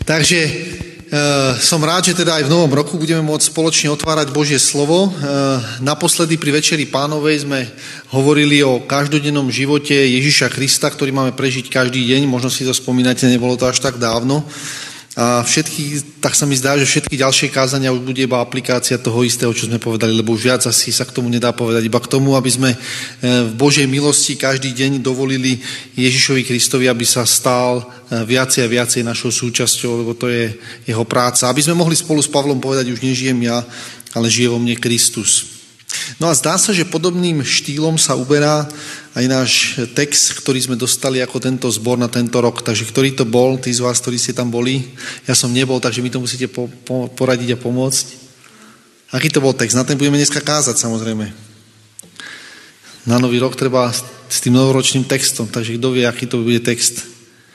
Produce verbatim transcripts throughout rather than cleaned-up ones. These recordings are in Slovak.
Takže e, som rád, že teda aj v novom roku budeme môcť spoločne otvárať Božie slovo. E, naposledy pri Večeri Pánovej sme hovorili o každodennom živote Ježiša Krista, ktorý máme prežiť každý deň. Možno si to spomínate, nebolo to až tak dávno. A všetky, tak sa mi zdá, že všetky ďalšie kázania už bude iba aplikácia toho istého, čo sme povedali, lebo už viac asi sa k tomu nedá povedať. Iba k tomu, aby sme v Božej milosti každý deň dovolili Ježišovi Kristovi, aby sa stal viacej a viacej našou súčasťou, lebo to je jeho práca. Aby sme mohli spolu s Pavlom povedať, už nežijem ja, ale žije vo mne Kristus. No a zdá sa, že podobným štýlom sa uberá aj náš text, ktorý sme dostali ako tento zbor na tento rok. Takže ktorý to bol, tí z vás, ktorí ste tam boli? Ja som nebol, takže mi to musíte po, po, poradiť a pomôcť. Aký to bol text? Na ten budeme dneska kázať, samozrejme. Na nový rok treba s tým novoročným textom, takže kto vie, aký to bude text?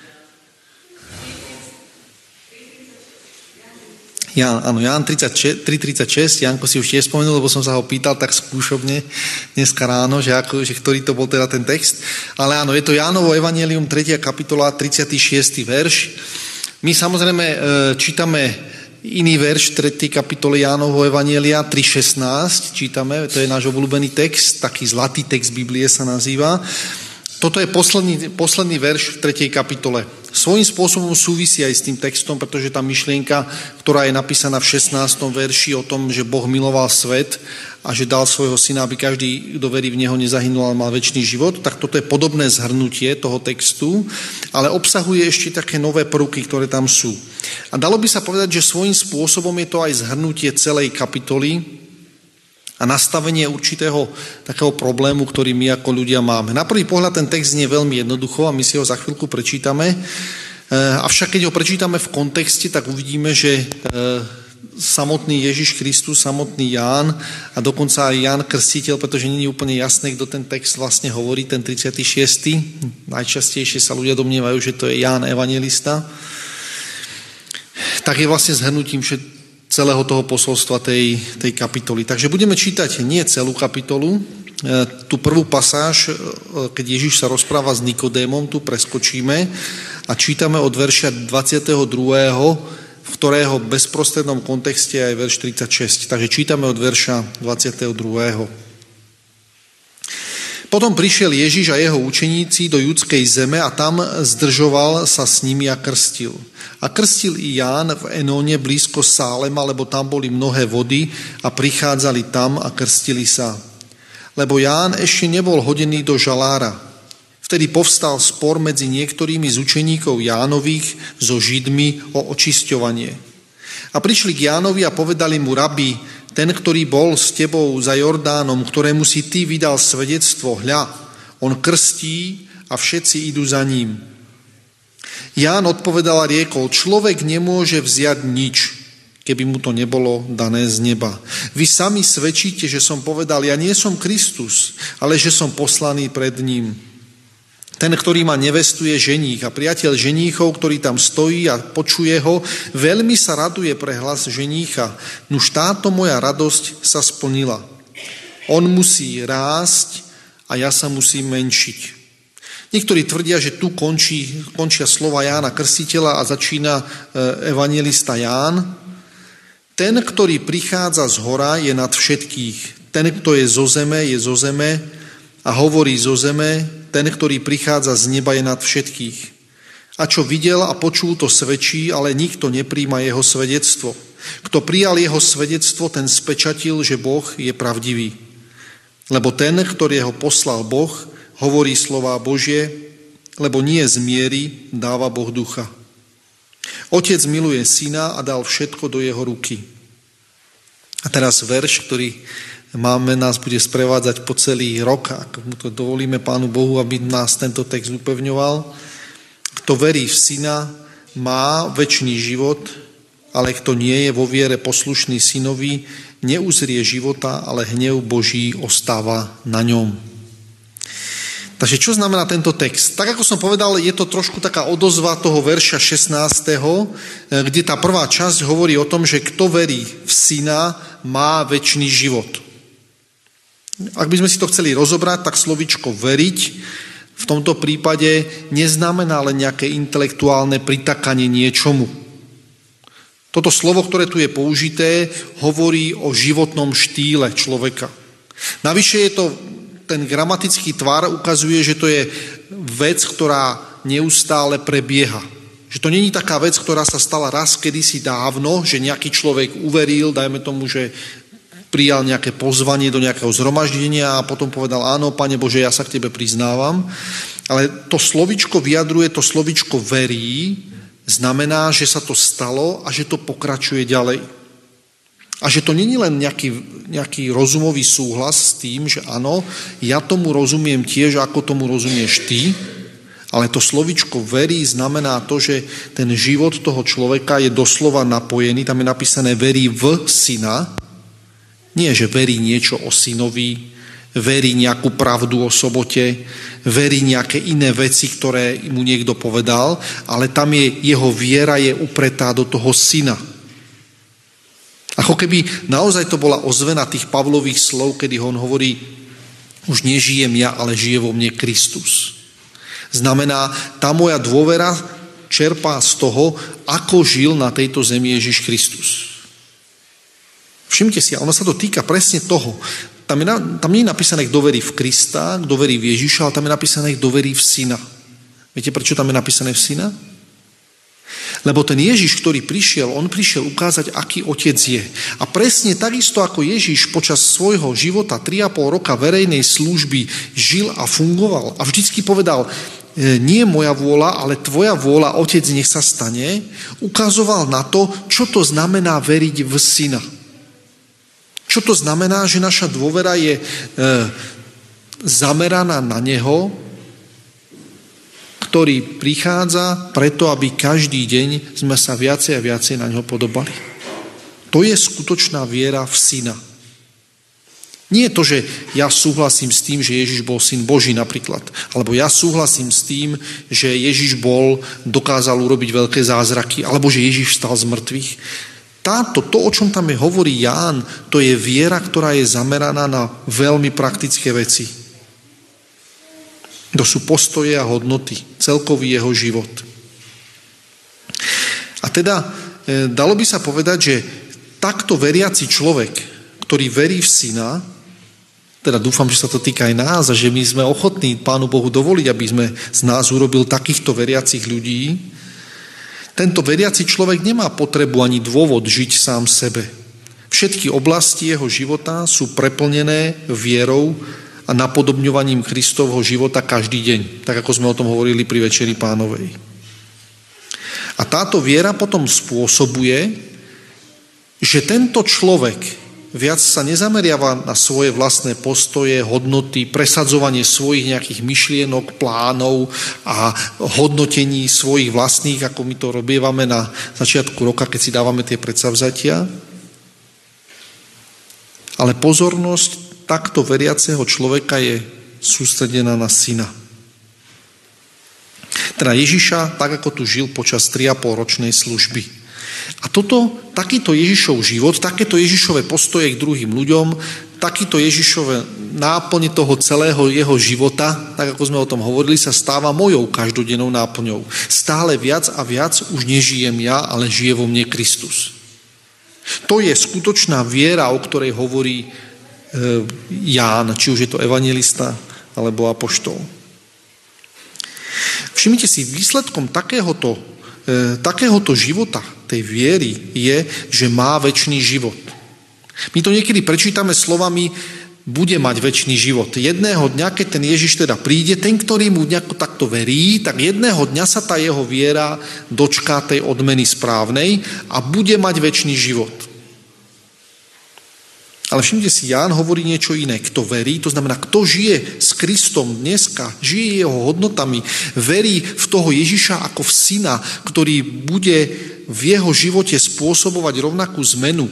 Ján, áno, Ján tri tridsaťšesť, Jánko si už tiež spomenul, lebo som sa ho pýtal tak skúšobne dneska ráno, že, ako, že ktorý to bol teda ten text. Ale áno, je to Jánovo evanjelium, tretia kapitola, tridsiaty šiesty verš. My samozrejme e, čítame iný verš v tretej kapitole Jánovho evanjelia, tri šestnásť čítame, to je náš obľúbený text, taký zlatý text Biblie sa nazýva. Toto je posledný, posledný verš v tretej kapitole. Svojím spôsobom súvisí aj s tým textom, pretože tá myšlienka, ktorá je napísaná v šestnástom verši o tom, že Boh miloval svet a že dal svojho syna, aby každý, kto verí v neho, nezahynul, ale mal večný život, tak toto je podobné zhrnutie toho textu, ale obsahuje ešte také nové prvky, ktoré tam sú. A dalo by sa povedať, že svojím spôsobom je to aj zhrnutie celej kapitoly, a nastavenie určitého takého problému, ktorý my ako ľudia máme. Na prvý pohľad ten text nie je veľmi jednoducho a my si ho za chvíľku prečítame. Avšak keď ho prečítame v kontexte, tak uvidíme, že samotný Ježiš Kristus, samotný Ján a dokonca aj Ján Krstiteľ, pretože nie je úplne jasné, kto ten text vlastne hovorí, ten tridsiaty šiesty Najčastejšie sa ľudia domnievajú, že to je Ján Evanjelista. Tak je vlastne zhrnutím celého toho posolstva tej, tej kapitoly. Takže budeme čítať nie celú kapitolu, tú prvú pasáž, keď Ježiš sa rozpráva s Nikodémom, tu preskočíme a čítame od verša dvadsiateho druhého, v ktorého bezprostrednom kontexte je aj verš tridsaťšesť. Takže čítame od verša dvadsiateho druhého. Potom prišiel Ježiš a jeho učeníci do judskej zeme a tam zdržoval sa s nimi a krstil. A krstil i Ján v Enóne blízko Sálema, lebo tam boli mnohé vody a prichádzali tam a krstili sa. Lebo Ján ešte nebol hodený do žalára. Vtedy povstal spor medzi niektorými z učeníkov Jánových so Židmi o očisťovanie. A prišli k Jánovi a povedali mu: Rabi, ten, ktorý bol s tebou za Jordánom, ktorému si ty vydal svedectvo, hľa, on krstí a všetci idú za ním. Ján odpovedal a riekol: človek nemôže vziať nič, keby mu to nebolo dané z neba. Vy sami svedčíte, že som povedal: ja nie som Kristus, ale že som poslaný pred ním. Ten, ktorý ma nevestu, je ženích a priateľ ženíchov, ktorý tam stojí a počuje ho, veľmi sa raduje pre hlas ženícha. Nuž táto moja radosť sa splnila. On musí rásť a ja sa musím menšiť. Niektorí tvrdia, že tu končí, končia slova Jána Krstiteľa a začína evanjelista Ján. Ten, ktorý prichádza z hora, je nad všetkých. Ten, kto je zo zeme, je zo zeme a hovorí zo zeme. Ten, ktorý prichádza z neba, je nad všetkých. A čo videl a počul, to svedčí, ale nikto nepríjma jeho svedectvo. Kto prijal jeho svedectvo, ten spečatil, že Boh je pravdivý. Lebo ten, ktorého poslal Boh, hovorí slová Božie, lebo nie z miery dáva Boh ducha. Otec miluje syna a dal všetko do jeho ruky. A teraz verš, ktorý máme, nás bude sprevádzať po celý rok, ak mu to dovolíme Pánu Bohu, aby nás tento text upevňoval. Kto verí v syna, má večný život, ale kto nie je vo viere poslušný synovi, neuzrie života, ale hnev Boží ostáva na ňom. Takže čo znamená tento text? Tak ako som povedal, je to trošku taká odozva toho verša šestnásteho, kde tá prvá časť hovorí o tom, že kto verí v syna, má večný život. Ak by sme si to chceli rozobrať, tak slovičko veriť v tomto prípade neznamená len nejaké intelektuálne pritakanie niečomu. Toto slovo, ktoré tu je použité, hovorí o životnom štýle človeka. Navyše je to, ten gramatický tvar ukazuje, že to je vec, ktorá neustále prebieha. Že to nie je taká vec, ktorá sa stala raz kedysi dávno, že nejaký človek uveril, dajme tomu, že prijal nejaké pozvanie do nejakého zhromaždenia a potom povedal, áno, Pane Bože, ja sa k Tebe priznávam. Ale to slovičko vyjadruje, to slovičko verí, znamená, že sa to stalo a že to pokračuje ďalej. A že to nie je len nejaký, nejaký rozumový súhlas s tým, že áno, ja tomu rozumiem tiež, ako tomu rozumieš ty, ale to slovičko verí znamená to, že ten život toho človeka je doslova napojený, tam je napísané verí v syna, nie, že verí niečo o synovi, verí nejakú pravdu o sobote, verí nejaké iné veci, ktoré mu niekto povedal, ale tam je, jeho viera je upretá do toho syna. Ako keby naozaj to bola ozvena tých Pavlových slov, kedy on hovorí, už nežijem ja, ale žije vo mne Kristus. Znamená, tá moja dôvera čerpá z toho, ako žil na tejto zemi Ježiš Kristus. Všimte si, ono sa to týka presne toho. Tam, je, tam nie je napísané, kto verí v Krista, kto verí v Ježiša, ale tam je napísané, kto verí v Syna. Viete, prečo tam je napísané v Syna? Lebo ten Ježiš, ktorý prišiel, on prišiel ukázať, aký otec je. A presne takisto ako Ježiš počas svojho života tri a pol roka verejnej služby žil a fungoval a vždycky povedal, nie moja vôľa, ale tvoja vôľa, otec, nech sa stane, ukazoval na to, čo to znamená veriť v Syna. Čo to znamená, že naša dôvera je e, zameraná na Neho, ktorý prichádza preto, aby každý deň sme sa viacej a viacej na Neho podobali. To je skutočná viera v Syna. Nie je to, že ja súhlasím s tým, že Ježiš bol Syn Boží napríklad, alebo ja súhlasím s tým, že Ježiš bol, dokázal urobiť veľké zázraky, alebo že Ježiš vstal z mŕtvych. Táto, to, o čom tam je, hovorí Ján, to je viera, ktorá je zameraná na veľmi praktické veci. To sú postoje a hodnoty, celkový jeho život. A teda e, dalo by sa povedať, že takto veriaci človek, ktorý verí v Syna, teda dúfam, že sa to týka aj nás a že my sme ochotní Pánu Bohu dovoliť, aby sme z nás urobil takýchto veriacich ľudí. Tento veriaci človek nemá potrebu ani dôvod žiť sám sebe. Všetky oblasti jeho života sú preplnené vierou a napodobňovaním Kristovho života každý deň, tak ako sme o tom hovorili pri Večeri Pánovej. A táto viera potom spôsobuje, že tento človek viac sa nezameriava na svoje vlastné postoje, hodnoty, presadzovanie svojich nejakých myšlienok, plánov a hodnotení svojich vlastných, ako my to robievame na začiatku roka, keď si dávame tie predsavzatia. Ale pozornosť takto veriaceho človeka je sústredená na Syna. Teda Ježiša, tak ako tu žil počas tri a pol ročnej služby. A toto, takýto Ježišov život, takéto Ježišové postoje k druhým ľuďom, takýto Ježišové náplň toho celého jeho života, tak ako sme o tom hovorili, sa stáva mojou každodennou náplňou. Stále viac a viac už nežijem ja, ale žije vo mne Kristus. To je skutočná viera, o ktorej hovorí e, Ján, či už je to evanjelista alebo apoštol. Všimnite si, výsledkom takéhoto, e, takéhoto života, tej viery je, že má večný život. My to niekedy prečítame slovami bude mať večný život. Jedného dňa, keď ten Ježiš teda príde, ten, ktorý mu nejako takto verí, tak jedného dňa sa tá jeho viera dočká tej odmeny správnej a bude mať večný život. Ale všimte si, Ján hovorí niečo iné. Kto verí, to znamená, kto žije s Kristom dneska, žije jeho hodnotami, verí v toho Ježiša ako v Syna, ktorý bude v jeho živote spôsobovať rovnakú zmenu,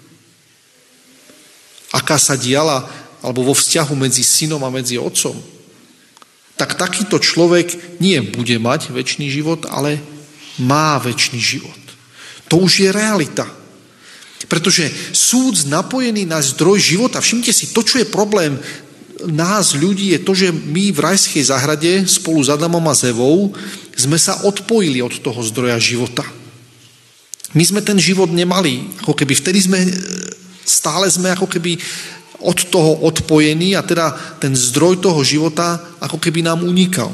aká sa diala alebo vo vzťahu medzi synom a medzi otcom, tak takýto človek nie bude mať večný život, ale má večný život. To už je realita. Pretože súd napojený na zdroj života, všimte si, to, čo je problém nás, ľudí, je to, že my v rajskej záhrade spolu s Adamom a s Evou sme sa odpojili od toho zdroja života. My sme ten život nemali, ako keby vtedy sme, stále sme ako keby od toho odpojení a teda ten zdroj toho života ako keby nám unikal.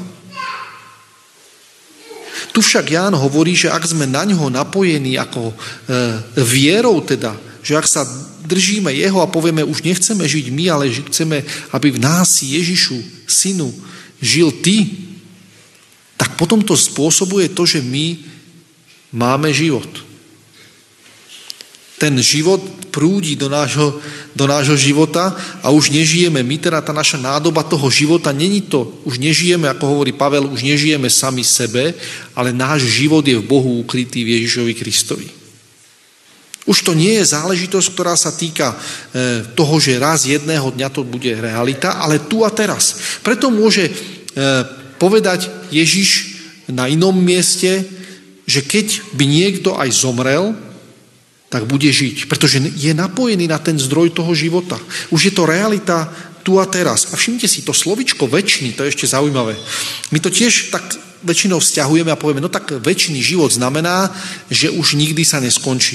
Tu však Ján hovorí, že ak sme na ňoho napojení ako e, vierou teda, že ak sa držíme jeho a povieme, už nechceme žiť my, ale že chceme, aby v nás Ježišu, synu, žil ty, tak potom to spôsobuje to, že my máme život. Ten život prúdi do nášho, do nášho života a už nežijeme my, teda tá naša nádoba toho života, není to, už nežijeme, ako hovorí Pavel, už nežijeme sami sebe, ale náš život je v Bohu ukrytý v Ježišovi Kristovi. Už to nie je záležitosť, ktorá sa týka toho, že raz jedného dňa to bude realita, ale tu a teraz. Preto môže povedať Ježiš na inom mieste, že keď by niekto aj zomrel, tak bude žiť, pretože je napojený na ten zdroj toho života. Už je to realita tu a teraz. A všimnite si, to slovičko večný, to je ešte zaujímavé. My to tiež tak väčšinou vzťahujeme a povieme, no tak večný život znamená, že už nikdy sa neskončí.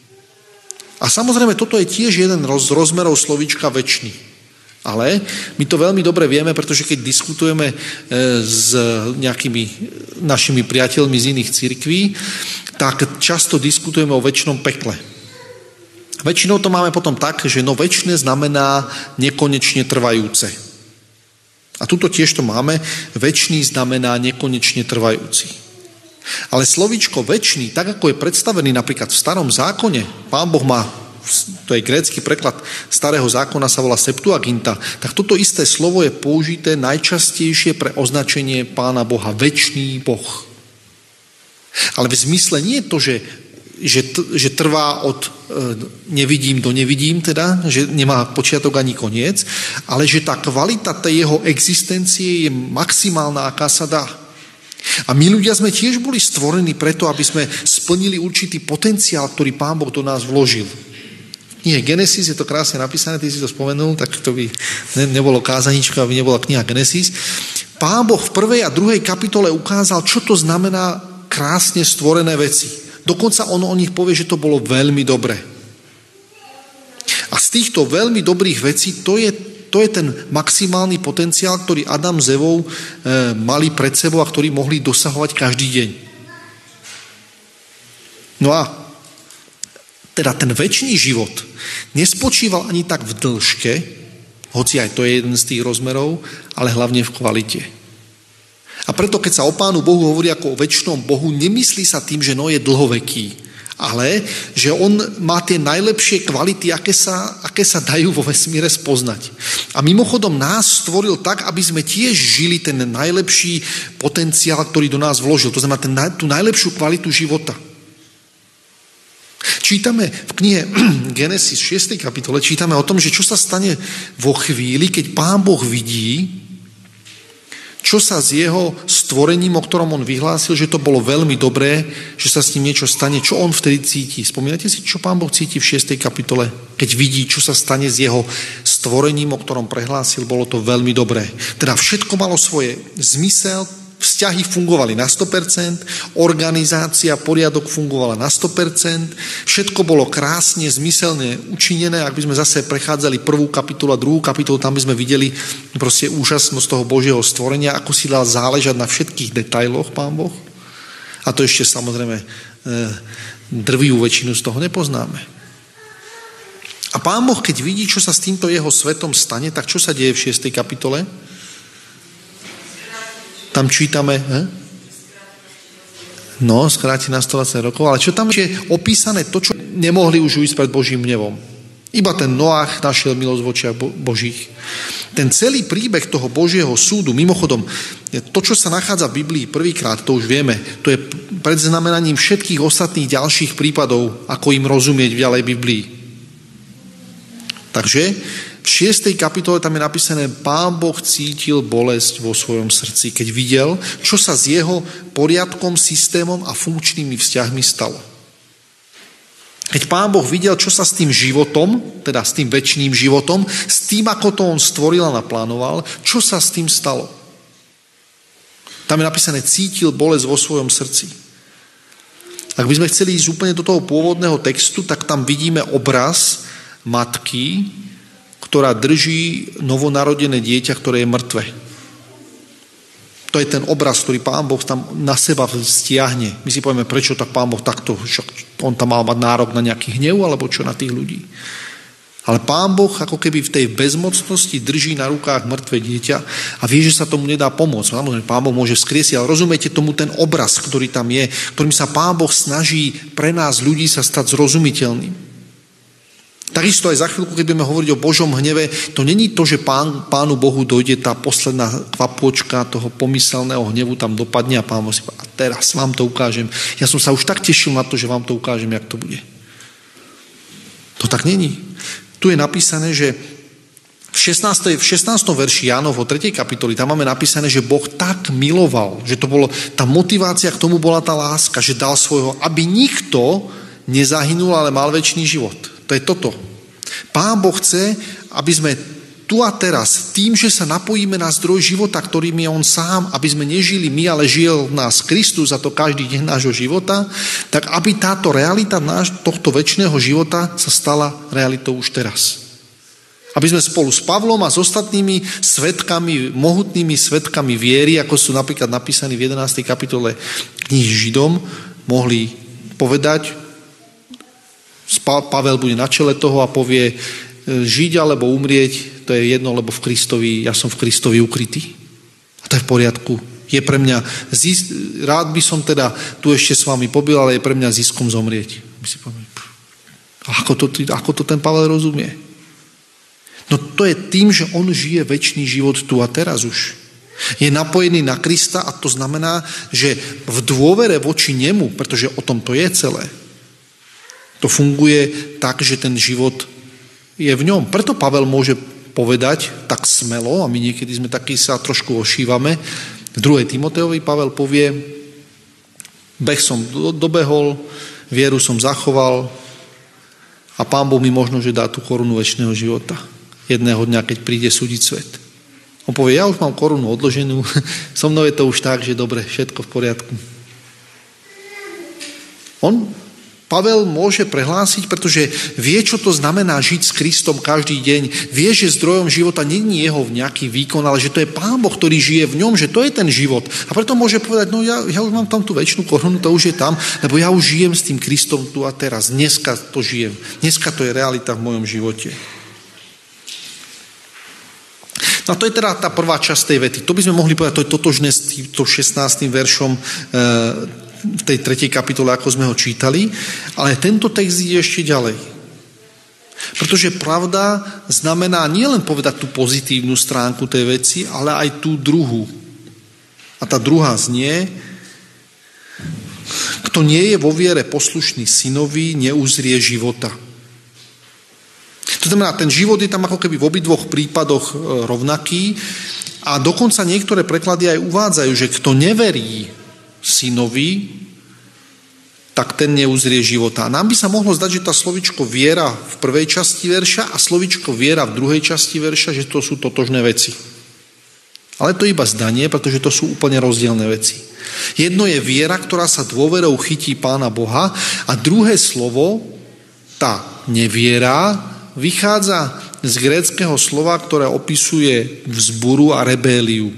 A samozrejme, toto je tiež jeden z rozmerov slovička večný. Ale my to veľmi dobre vieme, pretože keď diskutujeme s nejakými našimi priateľmi z iných cirkví, tak často diskutujeme o večnom pekle. Väčšinou to máme potom tak, že no večné znamená nekonečne trvajúce. A tuto tiež to máme, večný znamená nekonečne trvajúci. Ale slovíčko večný, tak ako je predstavený napríklad v Starom zákone, Pán Boh má, to je grécky preklad Starého zákona, sa volá Septuaginta, tak toto isté slovo je použité najčastejšie pre označenie Pána Boha, večný Boh. Ale v zmysle nie je to, že, že, že trvá od e, nevidím do nevidím, teda, že nemá počiatok ani koniec, ale že tá kvalita tej jeho existencie je maximálna, aká sa dá. A my ľudia sme tiež boli stvorení preto, aby sme splnili určitý potenciál, ktorý Pán Boh do nás vložil. Nie, Genesis, je to krásne napísané, ty si to spomenul, tak to by ne, nebolo kázaničko, aby nebola kniha Genesis. Pán Boh v prvej a druhej kapitole ukázal, čo to znamená krásne stvorené veci. Dokonca on o nich povie, že to bolo veľmi dobré. A z týchto veľmi dobrých vecí to je, to je ten maximálny potenciál, ktorý Adam s Evou e, mali pred sebou a ktorý mohli dosahovať každý deň. No a teda ten večný život nespočíval ani tak v dĺžke, hoci aj to je jeden z tých rozmerov, ale hlavne v kvalite. A preto, keď sa o Pánu Bohu hovorí ako o večnom Bohu, nemyslí sa tým, že no je dlhoveký, ale že on má tie najlepšie kvality, aké sa, aké sa dajú vo vesmíre spoznať. A mimochodom nás stvoril tak, aby sme tiež žili ten najlepší potenciál, ktorý do nás vložil. To znamená ten, tú najlepšiu kvalitu života. Čítame v knihe Genesis v šiestej kapitole, čítame o tom, že čo sa stane vo chvíli, keď Pán Boh vidí, čo sa s jeho stvorením, o ktorom on vyhlásil, že to bolo veľmi dobré, že sa s ním niečo stane, čo on vtedy cíti. Spomínate si, čo Pán Boh cíti v šiestej kapitole, keď vidí, čo sa stane s jeho stvorením, o ktorom prehlásil, bolo to veľmi dobré. Teda všetko malo svoje zmysel, vzťahy fungovali na sto percent, organizácia, poriadok fungovala na sto percent, všetko bolo krásne, zmyselne učinené. Ak by sme zase prechádzali prvú kapitolu a druhú kapitolu, tam by sme videli proste úžasnosť toho Božieho stvorenia, ako si dal záležať na všetkých detailoch Pán Boh. A to ešte samozrejme drvivú väčšinu z toho nepoznáme. A Pán Boh, keď vidí, čo sa s týmto jeho svetom stane, tak čo sa deje v šiestej kapitole? Tam čítame, he? no, skráti na sto dvadsať rokov, ale čo tam je opísané, to, čo nemohli už ujsť pred Božím hnevom. Iba ten Noach našiel milosť v očiach Božích. Ten celý príbeh toho Božieho súdu, mimochodom, to, čo sa nachádza v Biblii prvýkrát, to už vieme, to je predznamenaním všetkých ostatných ďalších prípadov, ako im rozumieť ďalej Biblii. Takže v šiestej kapitole tam je napísané, Pán Boh cítil bolesť vo svojom srdci, keď videl, čo sa s jeho poriadkom, systémom a funkčnými vzťahmi stalo. Keď Pán Boh videl, čo sa s tým životom, teda s tým večným životom, s tým, ako to on stvoril a naplánoval, čo sa s tým stalo. Tam je napísané, cítil bolesť vo svojom srdci. Ak by sme chceli ísť úplne do toho pôvodného textu, tak tam vidíme obraz matky, ktorá drží novonarodené dieťa, ktoré je mŕtve. To je ten obraz, ktorý Pán Boh tam na seba stiahne. My si povieme, prečo tak Pán Boh takto, on tam mal mať nárok na nejaký hnev, alebo čo na tých ľudí. Ale Pán Boh ako keby v tej bezmocnosti drží na rukách mŕtve dieťa a vie, že sa tomu nedá pomôcť. Samozrejme, Pán Boh môže vzkriesiť, ale rozumiete tomu ten obraz, ktorý tam je, ktorým sa Pán Boh snaží pre nás ľudí sa stať zrozumiteľným. Takisto aj za chvíľku, keď budeme hovoriť o Božom hneve, to není to, že pán, Pánu Bohu dojde tá posledná kvapôčka toho pomyselného hnevu, tam dopadne a Pán Boh si povie, a teraz vám to ukážem. Ja som sa už tak tešil na to, že vám to ukážem, jak to bude. To tak není. Tu je napísané, že v šestnástom, v šestnástom verši Jánovho tretej kapitoly, tam máme napísané, že Boh tak miloval, že to bolo, tá motivácia k tomu bola tá láska, že dal svojho, aby nikto nezahynul, ale mal večný život. To je toto. Pán Boh chce, aby sme tu a teraz, tým, že sa napojíme na zdroj života, ktorým je on sám, aby sme nežili my, ale žil v nás Kristus, a to každý deň nášho života, tak aby táto realita náš, tohto večného života sa stala realitou už teraz. Aby sme spolu s Pavlom a s ostatnými svedkami, mohutnými svedkami viery, ako sú napríklad napísaní v jedenástej kapitole knihy Židom, mohli povedať, Pavel bude na čele toho a povie, žiť alebo umrieť, to je jedno, lebo v Kristovi, ja som v Kristovi ukrytý. A to je v poriadku. Je pre mňa, zis, rád by som teda tu ešte s vami pobyl, ale je pre mňa ziskom zomrieť. My si povieme, ako to, ako to ten Pavel rozumie? No to je tým, že on žije večný život tu a teraz už. Je napojený na Krista a to znamená, že v dôvere voči nemu, pretože o tom to je celé, to funguje tak, že ten život je v ňom. Preto Pavel môže povedať tak smelo, a my niekedy sme takí sa trošku ošívame, v druhej Timotejovi Pavel povie, beh som dobehol, vieru som zachoval a Pán Boh mi možno, že dá tú korunu večného života. Jedného dňa, keď príde súdiť svet. On povie, ja už mám korunu odloženú, so mnou je to už tak, že dobre, všetko v poriadku. On Pavel môže prehlásiť, pretože vie, čo to znamená žiť s Kristom každý deň. Vie, že zdrojom života nie je jeho nejaký výkon, ale že to je Pán Boh, ktorý žije v ňom, že to je ten život. A preto môže povedať, no ja, ja už mám tam tú večnú korunu, to už je tam, lebo ja už žijem s tým Kristom tu a teraz. Dneska to žijem. Dneska to je realita v mojom živote. No a to je teda tá prvá časť tej vety. To by sme mohli povedať, to je totožné s týmto šestnástym veršom e, v tej tretej kapitole, ako sme ho čítali, ale tento text ide ešte ďalej. Pretože pravda znamená nielen povedať tú pozitívnu stránku tej veci, ale aj tú druhú. A tá druhá znie, kto nie je vo viere poslušný synovi, neuzrie života. To znamená, ten život je tam ako keby v obidvoch prípadoch rovnaký a dokonca niektoré preklady aj uvádzajú, že kto neverí synovi, tak ten neuzrie života. A nám by sa mohlo zdať, že tá slovičko viera v prvej časti verša a slovičko viera v druhej časti verša, že to sú totožné veci. Ale to iba zdanie, pretože to sú úplne rozdielne veci. Jedno je viera, ktorá sa dôverou chytí Pána Boha a druhé slovo, tá neviera, vychádza z gréckeho slova, ktoré opisuje vzburu a rebéliu.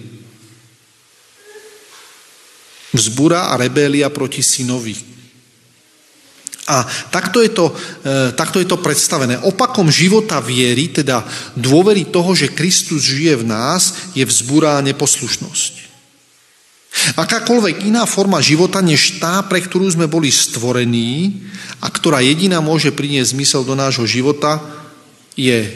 Vzbura a rebélia proti synovi. A takto je, to, e, takto je to predstavené. Opakom života viery, teda dôvery toho, že Kristus žije v nás, je vzbura a neposlušnosť. Akákoľvek iná forma života, než tá, pre ktorú sme boli stvorení a ktorá jediná môže priniesť zmysel do nášho života, je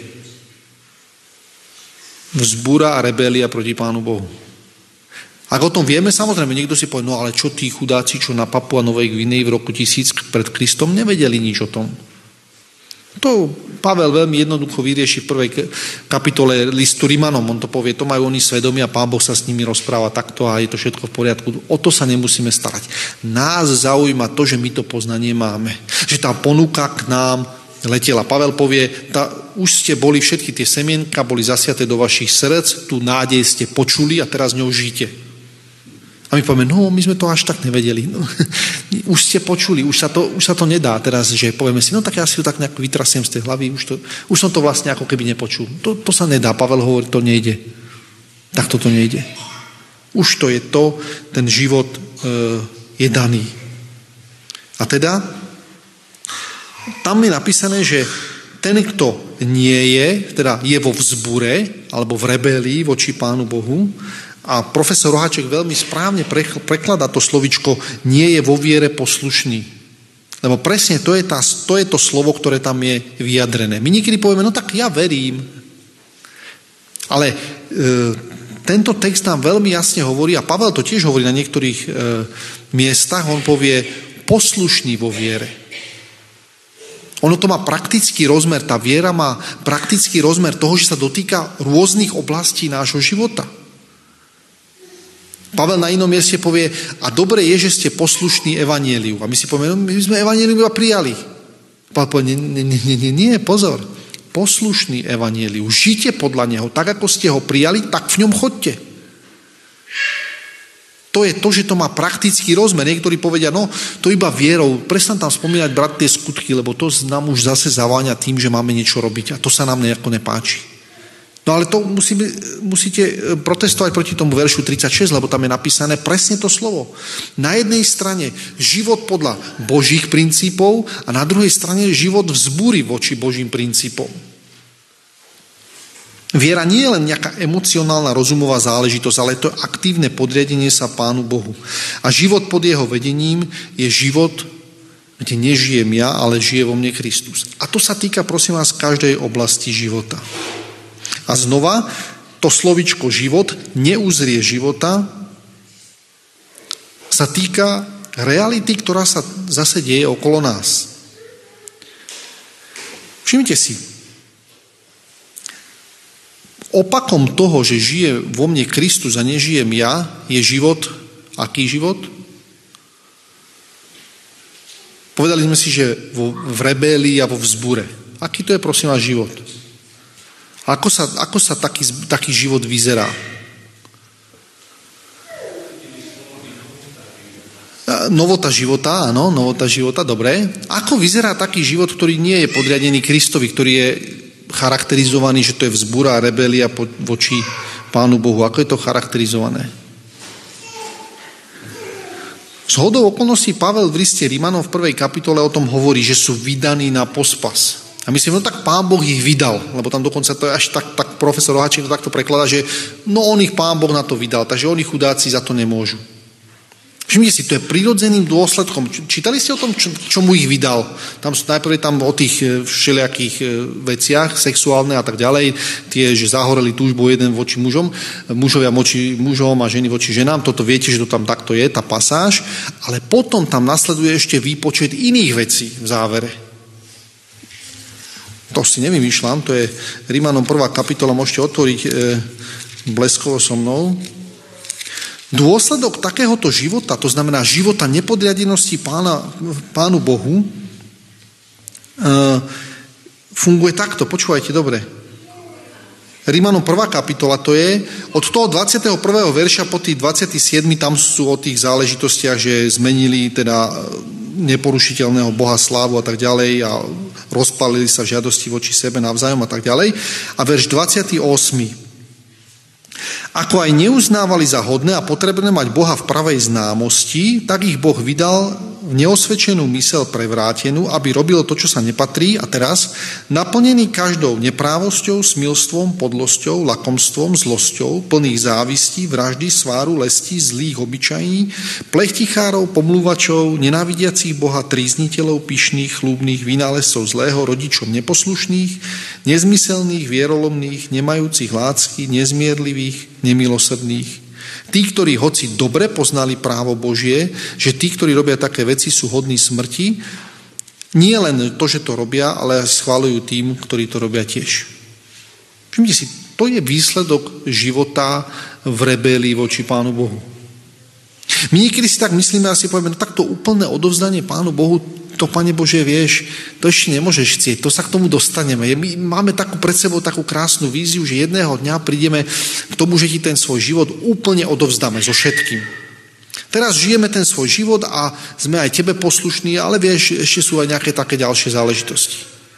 vzbura a rebélia proti Pánu Bohu. Ak o tom vieme, samozrejme, niekto si povie, no ale čo tí chudáci, čo na Papua Novej Gvineji v roku tisíc pred Kristom nevedeli nič o tom. To Pavel veľmi jednoducho vyrieši v prvej kapitole listu Rimanom. On to povie, to majú oni svedomia, Pán Boh sa s nimi rozpráva takto a je to všetko v poriadku. O to sa nemusíme starať. Nás zaujíma to, že my to poznanie máme. Že tá ponuka k nám letela. Pavel povie, tá, už ste boli všetky tie semienka, boli zasiaté do vašich srdc, tú nádej ste počuli a teraz ňou žijete. A my povieme, no my sme to až tak nevedeli. No, Už ste počuli, už sa to, už sa to nedá teraz, že povieme si, no tak ja si to tak nejak vytrasiem z tej hlavy, už, to, už som to vlastne ako keby nepočul. To, to sa nedá, Pavel hovorí, to nejde. Tak toto nejde. Už to je to, ten život e, je daný. A teda, tam je napísané, že ten, kto nie je, teda je vo vzbure, alebo v rebelii voči Pánu Bohu, a profesor Roháček veľmi správne prekladá to slovičko nie je vo viere poslušný. Lebo presne to je, tá, to je to slovo, ktoré tam je vyjadrené. My niekedy povieme, no tak ja verím. Ale e, tento text nám veľmi jasne hovorí, a Pavel to tiež hovorí na niektorých e, miestach, on povie poslušný vo viere. Ono to má praktický rozmer, tá viera má praktický rozmer toho, že sa dotýka rôznych oblastí nášho života. Pavel na inom mieste povie, a dobre je, že ste poslušní evanjeliu. A my si povieme, no, my sme evanjeliu iba prijali. Pavel povie, nie, nie, nie, nie, nie, pozor, poslušný evanjeliu. Žite podľa neho, tak ako ste ho prijali, tak v ňom chodte. To je to, že to má praktický rozmer. Niektorí povedia, no to iba vierou, prestan tam spomínať, brat, tie skutky, lebo to nám už zase zaváňa tým, že máme niečo robiť a to sa nám nejako nepáči. No ale to musí, musíte protestovať proti tomu veršu tridsaťšesť, lebo tam je napísané presne to slovo. Na jednej strane život podľa Božích princípov a na druhej strane život vzbúry voči Božím princípom. Viera nie je len nejaká emocionálna rozumová záležitosť, ale to je aktívne podriadenie sa Pánu Bohu. A život pod jeho vedením je život, kde nežijem ja, ale žije vo mne Kristus. A to sa týka, prosím vás, každej oblasti života. A znova, to slovičko život, neuzrie života, sa týka reality, ktorá sa zase deje okolo nás. Všimnite si, opakom toho, že žije vo mne Kristus a nežijem ja, je život, aký život? Povedali sme si, že vo, v rebélii a vo vzbure. Aký to je, prosím vás, život? Ako sa, ako sa taký, taký život vyzerá? Novota života, áno, novota života, dobre. Ako vyzerá taký život, ktorý nie je podriadený Kristovi, ktorý je charakterizovaný, že to je vzbúra a rebelia voči Pánu Bohu. Ako je to charakterizované? Zhodou okolností Pavel v liste Rimanom v prvej kapitole o tom hovorí, že sú vydaní na pospas. A myslím, no tak Pán Boh ich vydal, lebo tam dokonca to je až tak, tak profesor Roháček to takto prekladá, že no on ich Pán Boh na to vydal, takže oni chudáci za to nemôžu. Všimnite si, to je prirodzeným dôsledkom. Čítali ste o tom, čo, čo mu ich vydal? Tam sú najprv tam o tých všelijakých veciach, sexuálne a tak ďalej, tie, že zahoreli túžbou jeden voči mužom, mužovia voči mužom a ženy voči ženám, toto viete, že to tam takto je, tá pasáž, ale potom tam nasleduje ešte výpočet iných vecí v závere. To si nevymýšľam, to je Rimanom prvá kapitola, môžete otvoriť e, bleskovo so mnou. Dôsledok takéhoto života, to znamená života nepodriadenosti pána, Pánu Bohu, e, funguje takto, počúvajte dobre. Rimanom prvá kapitola, to je od toho dvadsiateho prvého verša po tých dvadsiaty siedmy tam sú o tých záležitostiach, že zmenili teda neporušiteľného Boha slávu a tak ďalej a rozpálili sa v žiadosti voči sebe navzájom a tak ďalej. A verš dvadsiaty ôsmy Ako aj neuznávali za hodné a potrebné mať Boha v pravej známosti, tak ich Boh vydal v neosvedčenú mysel prevrátenú, aby robilo to, čo sa nepatrí, a teraz naplnený každou neprávosťou, smilstvom, podlosťou, lakomstvom, zlosťou, plných závistí, vraždy, sváru, lestí, zlých obyčají, plechtichárov, pomluvačov, nenávidiacich Boha, trízniteľov, pyšných, chlúbnych, vynálezcov zlého, rodičom neposlušných, nezmyselných, vierolomných, nemajúcich lásky, nezmierlivých, nemilosrdných. Tí, ktorí hoci dobre poznali právo Božie, že tí, ktorí robia také veci, sú hodní smrti, nie len to, že to robia, ale schvaľujú tým, ktorí to robia tiež. Všimte si, to je výsledok života v rebélii voči Pánu Bohu. My niekedy si tak myslíme a si povieme, no tak to úplné odovzdanie Pánu Bohu, to, Pane Bože, vieš, to ešte nemôžeš chcieť, to sa k tomu dostaneme. My máme takú pred sebou takú krásnu víziu, že jedného dňa prídeme k tomu, že ti ten svoj život úplne odovzdáme so všetkým. Teraz žijeme ten svoj život a sme aj tebe poslušní, ale vieš, ešte sú aj nejaké také ďalšie záležitosti.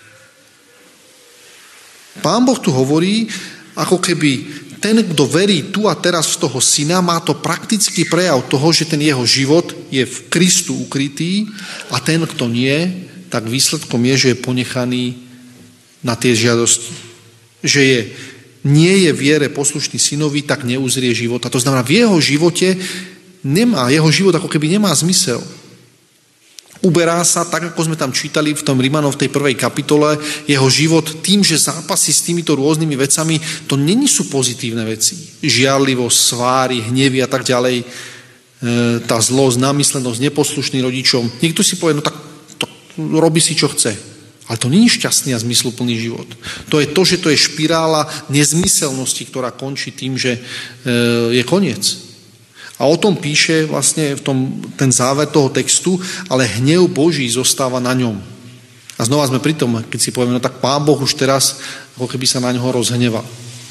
Pán Boh tu hovorí, ako keby ten, kto verí tu a teraz v toho syna, má to praktický prejav toho, že ten jeho život je v Kristu ukrytý a ten, kto nie, tak výsledkom je, že je ponechaný na tie žiadosti. Že je, nie je viere poslušný synovi, tak neuzrie života. To znamená, v jeho živote nemá, jeho život ako keby nemá zmysel. Uberá sa, tak ako sme tam čítali v tom Rimanom v tej prvej kapitole, jeho život tým, že zápasí s týmito rôznymi vecami, to není sú pozitívne veci. Žiarlivosť, sváry, hnevy a tak ďalej, e, tá zlosť, námyslenosť, neposlušný rodičom. Niekto si povie, no tak to, robí si, čo chce. Ale to není šťastný a zmysluplný život. To je to, že to je špirála nezmyselnosti, ktorá končí tým, že e, je koniec. A o tom píše vlastne v tom, ten záver toho textu, ale hnev Boží zostáva na ňom. A znova sme pri tom, keď si povieme, no tak Pán Boh už teraz ako keby sa na ňoho rozhneval.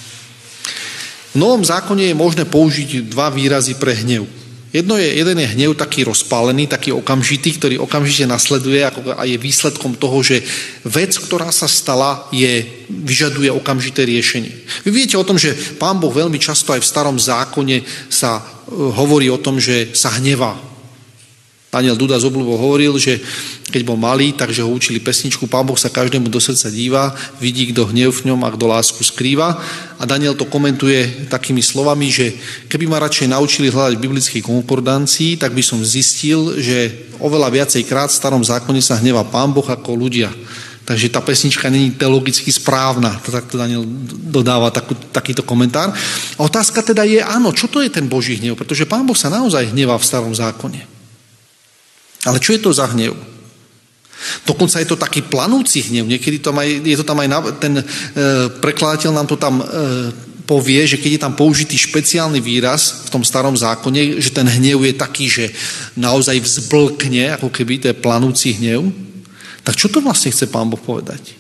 V Novom zákone je možné použiť dva výrazy pre hnev. Jedno je, jeden je hnev taký rozpálený, taký okamžitý, ktorý okamžite nasleduje a je výsledkom toho, že vec, ktorá sa stala, je, vyžaduje okamžité riešenie. Vy viete o tom, že Pán Boh veľmi často aj v starom zákone sa hovorí o tom, že sa hnevá. Daniel Duda z obľubou hovoril, že keď bol malý, takže ho učili pesničku Pán Boh sa každému do srdca díva, vidí, kto hnev v ňom a kto lásku skrýva. A Daniel to komentuje takými slovami, že keby ma radšej naučili hľadať v biblickej konkordancii, tak by som zistil, že oveľa viacej krát v starom zákone sa hnevá Pán Boh ako ľudia. Takže tá pesnička není teologicky správna. Takto Daniel dodáva takú, takýto komentár. A otázka teda je, áno, čo to je ten Boží hnev? Pretože Pán Boh sa naozaj hnevá v starom zákone. Ale čo je to za hnev? Dokonca je to taký planúci hnev. Niekedy to aj, je to tam aj, ten e, prekladateľ nám to tam e, povie, že keď je tam použitý špeciálny výraz v tom starom zákone, že ten hnev je taký, že naozaj vzblkne, ako keby to je planúci hnev, tak čo to vlastne chce Pán Boh povedať?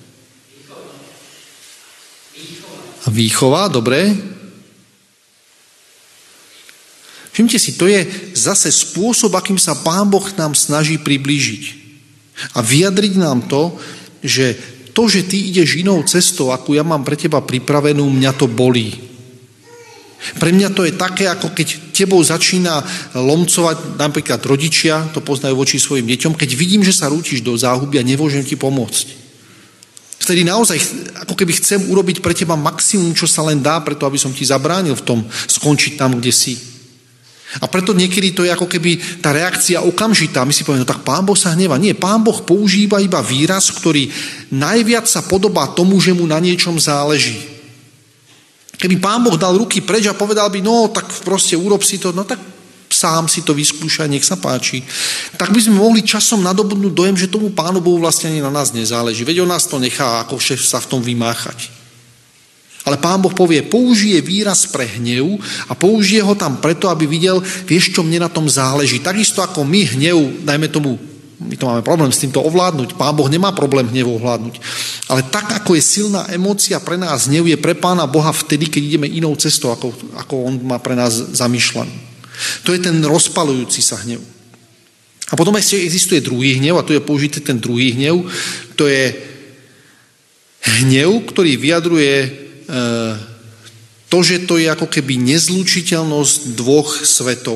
A výchova, dobre. Všimte si, to je zase spôsob, akým sa Pán Boh nám snaží priblížiť. A vyjadriť nám to, že to, že ty ideš inou cestou, akú ja mám pre teba pripravenú, mňa to bolí. Pre mňa to je také, ako keď tebou začína lomcovať napríklad rodičia, to poznajú voči svojim deťom, keď vidím, že sa rútiš do záhuby a nemôžem ti pomôcť. Vtedy naozaj, ako keby chcem urobiť pre teba maximum, čo sa len dá, preto aby som ti zabránil v tom skončiť tam, kde si. A preto niekedy to je ako keby tá reakcia okamžitá. My si povieme, no tak Pán Boh sa hnevá. Nie, Pán Boh používa iba výraz, ktorý najviac sa podobá tomu, že mu na niečom záleží. Keby Pán Boh dal ruky preč a povedal by, no tak proste urob si to, no tak sám si to vyskúšaj, nech sa páči. Tak by sme mohli časom nadobudnúť dojem, že tomu Pánu Bohu vlastne ani na nás nezáleží. Veď on nás to nechá ako šéf sa v tom vymáchať. Ale Pán Boh povie, použije výraz pre hnev a použije ho tam preto, aby videl, vieš, čo mne na tom záleží. Takisto ako my hnev, dajme tomu, my to máme problém s týmto ovládnuť, Pán Boh nemá problém hnev ovládnuť. Ale tak, ako je silná emócia pre nás, hnev je pre Pána Boha vtedy, keď ideme inou cestou, ako, ako on má pre nás zamýšľaný. To je ten rozpalujúci sa hnev. A potom ešte existuje druhý hnev, a tu je použitý ten druhý hnev, to je hnev, ktorý vyjadruje to, že to je ako keby nezlučiteľnosť dvoch svetov.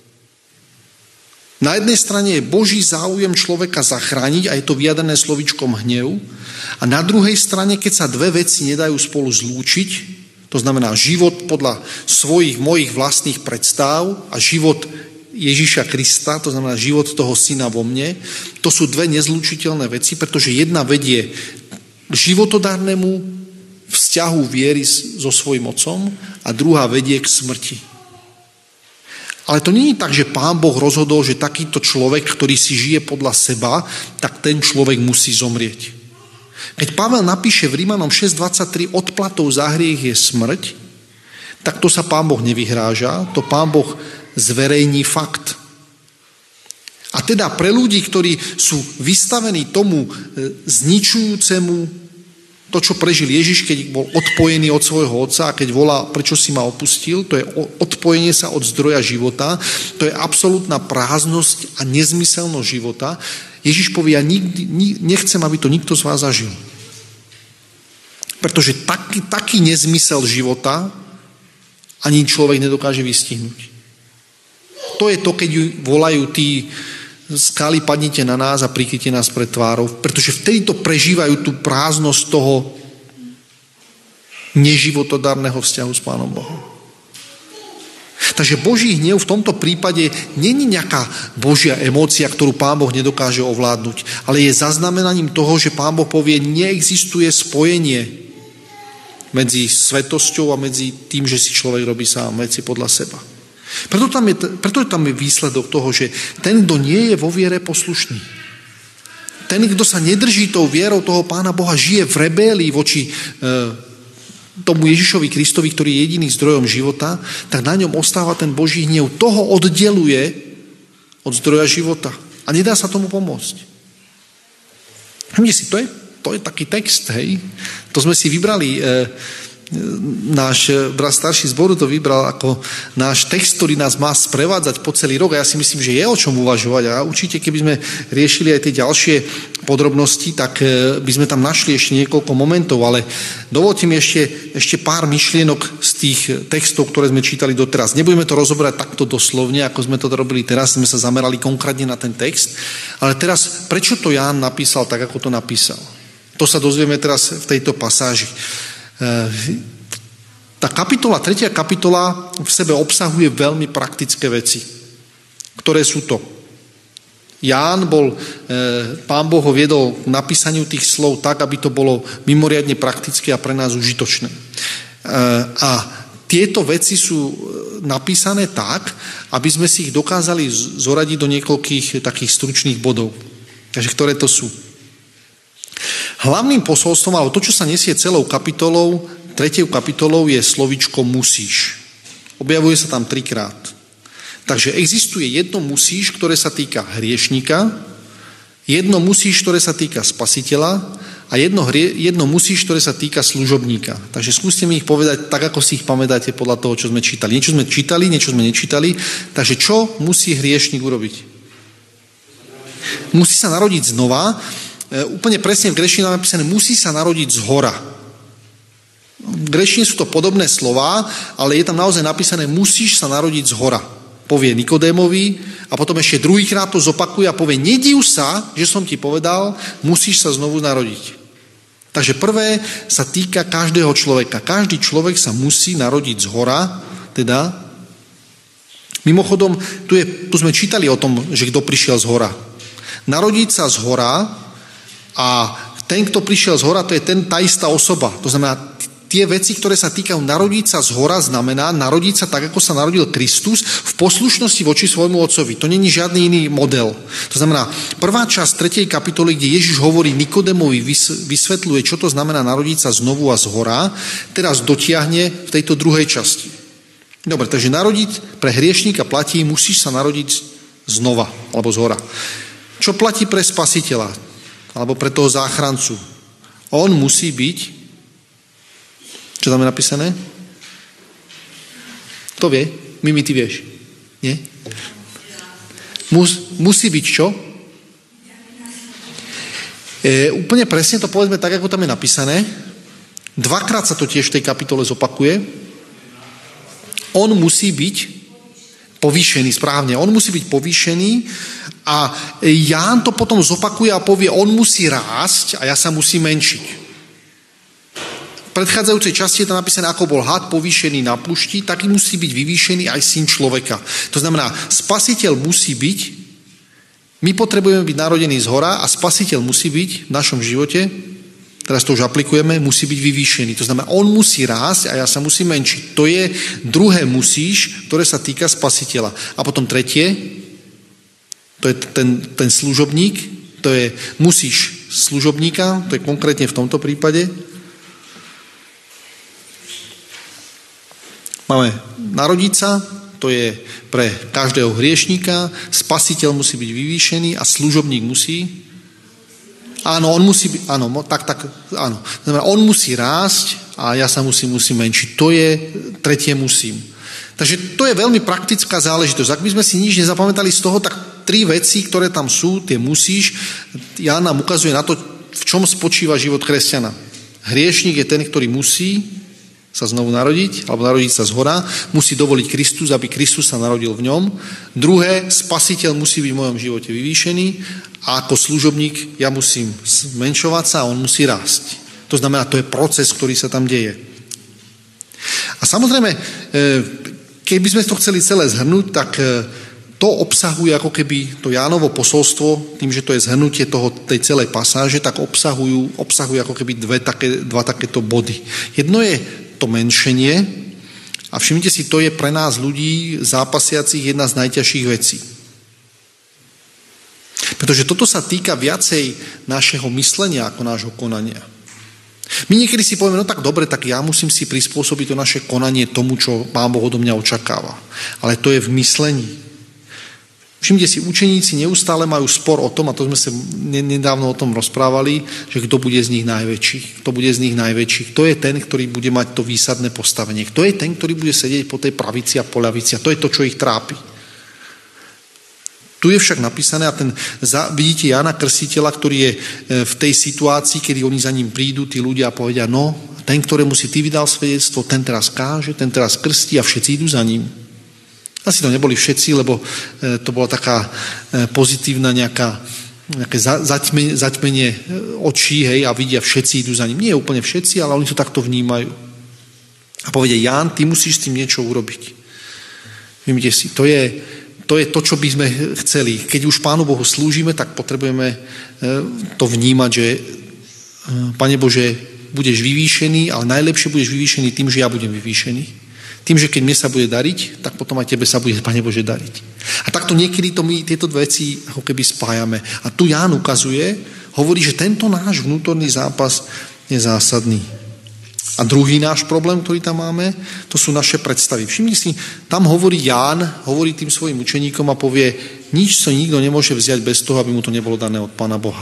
Na jednej strane je Boží záujem človeka zachrániť a je to vyjadrené slovíčkom hnev. A na druhej strane, keď sa dve veci nedajú spolu zlúčiť, to znamená život podľa svojich, mojich vlastných predstav a život Ježiša Krista, to znamená život toho syna vo mne, to sú dve nezlučiteľné veci, pretože jedna vedie k životodárnemu vzťahu viery so svojím otcom a druhá vedie k smrti. Ale to nie je tak, že Pán Boh rozhodol, že takýto človek, ktorý si žije podľa seba, tak ten človek musí zomrieť. Keď Pavel napíše v Rímanom šesť dvadsaťtri odplatou za hriech je smrť, tak to sa Pán Boh nevyhráža, to Pán Boh zverejní fakt. A teda pre ľudí, ktorí sú vystavení tomu zničujúcemu To, čo prežil Ježiš, keď bol odpojený od svojho otca a keď volá, prečo si ma opustil, to je odpojenie sa od zdroja života, to je absolútna prázdnosť a nezmyselnosť života. Ježiš povie, ja nikdy, nechcem, aby to nikto z vás zažil. Pretože taký, taký nezmysel života ani človek nedokáže vystihnúť. To je to, keď ju volajú tí skaly, padnite na nás a prikryte nás pred tvárou, pretože vtedy to prežívajú tú prázdnosť toho neživotodárneho vzťahu s Pánom Bohom. Takže Boží hnev v tomto prípade není nejaká Božia emócia, ktorú Pán Boh nedokáže ovládnuť, ale je zaznamenaním toho, že Pán Boh povie, neexistuje spojenie medzi svetosťou a medzi tým, že si človek robí sám veci podľa seba. Preto tam, je, preto tam je výsledok toho, že ten, kto nie je vo viere poslušný, ten, kto sa nedrží tou vierou toho Pána Boha, žije v rebélii voči e, tomu Ježišovi Kristovi, ktorý je jediným zdrojom života, tak na ňom ostáva ten Boží hnev. Toho oddeluje od zdroja života. A nedá sa tomu pomôcť. Všimte si, to je, to je taký text, hej. To sme si vybrali... E, náš brat starší zboru to vybral ako náš text, ktorý nás má sprevádzať po celý rok a ja si myslím, že je o čom uvažovať a určite, keby sme riešili aj tie ďalšie podrobnosti, tak by sme tam našli ešte niekoľko momentov, ale dovolte mi ešte, ešte pár myšlienok z tých textov, ktoré sme čítali doteraz. Nebudeme to rozoberať takto doslovne, ako sme to robili teraz, sme sa zamerali konkrétne na ten text, ale teraz, prečo to Ján napísal tak, ako to napísal? To sa dozvieme teraz v tejto pasáži. Tá kapitola, tretia kapitola v sebe obsahuje veľmi praktické veci, ktoré sú to. Ján bol, Pán Boh ho viedol k napísaniu tých slov tak, aby to bolo mimoriadne praktické a pre nás užitočné. A tieto veci sú napísané tak, aby sme si ich dokázali zoradiť do niekoľkých takých stručných bodov. Takže ktoré to sú? Hlavným posolstvom, alebo to, čo sa nesie celou kapitolou, tretiou kapitolou je slovíčko musíš. Objavuje sa tam trikrát. Takže existuje jedno musíš, ktoré sa týka hriešnika, jedno musíš, ktoré sa týka spasiteľa a jedno, hrie, jedno musíš, ktoré sa týka služobníka. Takže skúste mi ich povedať tak, ako si ich pamätáte podľa toho, čo sme čítali. Niečo sme čítali, niečo sme nečítali. Takže čo musí hriešnik urobiť? Musí sa narodiť znova. Úplne presne v grečtine je napísané, musí sa narodiť z hora. V grečtine sú to podobné slová, ale je tam naozaj napísané, musíš sa narodiť z hora. Povie Nikodémovi a potom ešte druhýkrát to zopakuje a povie, nediv sa, že som ti povedal, musíš sa znovu narodiť. Takže prvé sa týka každého človeka. Každý človek sa musí narodiť z hora, teda. Mimochodom, tu, je, tu sme čítali o tom, že kto prišiel z hora. Narodiť sa z hora a ten, kto prišiel z hora, to je ten, tá istá osoba. To znamená, tie veci, ktoré sa týkajú narodiť sa z hora, znamená narodiť sa tak, ako sa narodil Kristus v poslušnosti voči svojmu otcovi. To není žiadny iný model. To znamená, prvá časť tretej kapitoly, kde Ježiš hovorí Nikodémovi, vysvetľuje, čo to znamená narodiť sa znovu a z hora, teraz dotiahne v tejto druhej časti. Dobre, takže narodiť pre hriešníka platí, musíš sa narodiť znova, alebo z hora. Čo platí pre spasiteľa? Alebo pre toho záchrancu. On musí byť, čo tam je napísané? To vie? Mimi, ty vieš? Nie? Mus, musí byť čo? E, úplne presne to povedzme tak, ako tam je napísané. Dvakrát sa to tiež v tej kapitole zopakuje. On musí byť povýšený, správne. On musí byť povýšený a Ján to potom zopakuje a povie, on musí rásť a ja sa musím menšiť. V predchádzajúcej časti je tam napísané, ako bol had povýšený na púšti, tak musí byť vyvýšený aj syn človeka. To znamená, spasiteľ musí byť, my potrebujeme byť narodení z hora a spasiteľ musí byť v našom živote, teraz to už aplikujeme, musí byť vyvýšený. To znamená, on musí rásť a ja sa musím menšiť. To je druhé musíš, ktoré sa týka spasiteľa. A potom tretie, to je ten, ten služobník, to je musíš služobníka, to je konkrétne v tomto prípade. Máme narodiť sa, to je pre každého hriešníka, spasiteľ musí byť vyvýšený a služobník musí Áno, on musí byť, áno, tak, tak, áno. Znamená, on musí rásť a ja sa musím, musím menšiť. To je tretie musím. Takže to je veľmi praktická záležitosť. Ak by sme si nič nezapamätali z toho, tak tri veci, ktoré tam sú, tie musíš. Ján nám ukazuje na to, v čom spočíva život kresťana. Hriešnik je ten, ktorý musí sa znovu narodiť, alebo narodiť sa zhora, musí dovoliť Kristus, aby Kristus sa narodil v ňom. Druhé, spasiteľ musí byť v mojom živote vyvýšený a ako služobník ja musím zmenšovať sa a on musí rásť. To znamená, to je proces, ktorý sa tam deje. A samozrejme, keby sme to chceli celé zhrnúť, tak to obsahuje ako keby to Jánovo posolstvo, tým, že to je zhrnutie toho, tej celej pasáže, tak obsahujú, obsahuje ako keby dve také, dva takéto body. Jedno je to menšenie a všimnite si, to je pre nás ľudí zápasiacich jedna z najťažších vecí. Pretože toto sa týka viacej našeho myslenia ako nášho konania. My niekedy si povieme, no tak dobre, tak ja musím si prispôsobiť to naše konanie tomu, čo Pán Boh odo mňa očakáva. Ale to je v myslení. Všimte si, učeníci neustále majú spor o tom, a to sme sa nedávno o tom rozprávali, že kto bude z nich najväčší. Kto bude z nich najväčší. Kto je ten, ktorý bude mať to výsadné postavenie. Kto je ten, ktorý bude sedieť po tej pravici a po ľavici. A to je to, čo ich trápi. Tu je však napísané, a ten, vidíte Jána Krstiteľa, ktorý je v tej situácii, kedy oni za ním prídu, tí ľudia a povedia, no, ten, ktorému si ty vydal svedectvo, ten teraz káže, ten teraz krstí a všetci idú za ním. Asi to neboli všetci, lebo to bola taká pozitívna nejaká, nejaké zaťmenie, zaťmenie očí, hej, a vidia, všetci idú za ním. Nie úplne všetci, ale oni to takto vnímajú. A povedia, Ján, ty musíš s tým niečo urobiť. Vymite si, to je, to je to, čo by sme chceli. Keď už Pánu Bohu slúžime, tak potrebujeme to vnímať, že Pane Bože, budeš vyvýšený, ale najlepšie budeš vyvýšený tým, že ja budem vyvýšený. Tým, že keď mne sa bude dariť, tak potom aj tebe sa bude, Pane Bože, dariť. A takto niekedy to my tieto veci ako keby spájame. A tu Ján ukazuje, hovorí, že tento náš vnútorný zápas je zásadný. A druhý náš problém, ktorý tam máme, to sú naše predstavy. Všimni si, tam hovorí Ján, hovorí tým svojim učeníkom a povie, nič sa nikto nemôže vziať bez toho, aby mu to nebolo dané od Pána Boha.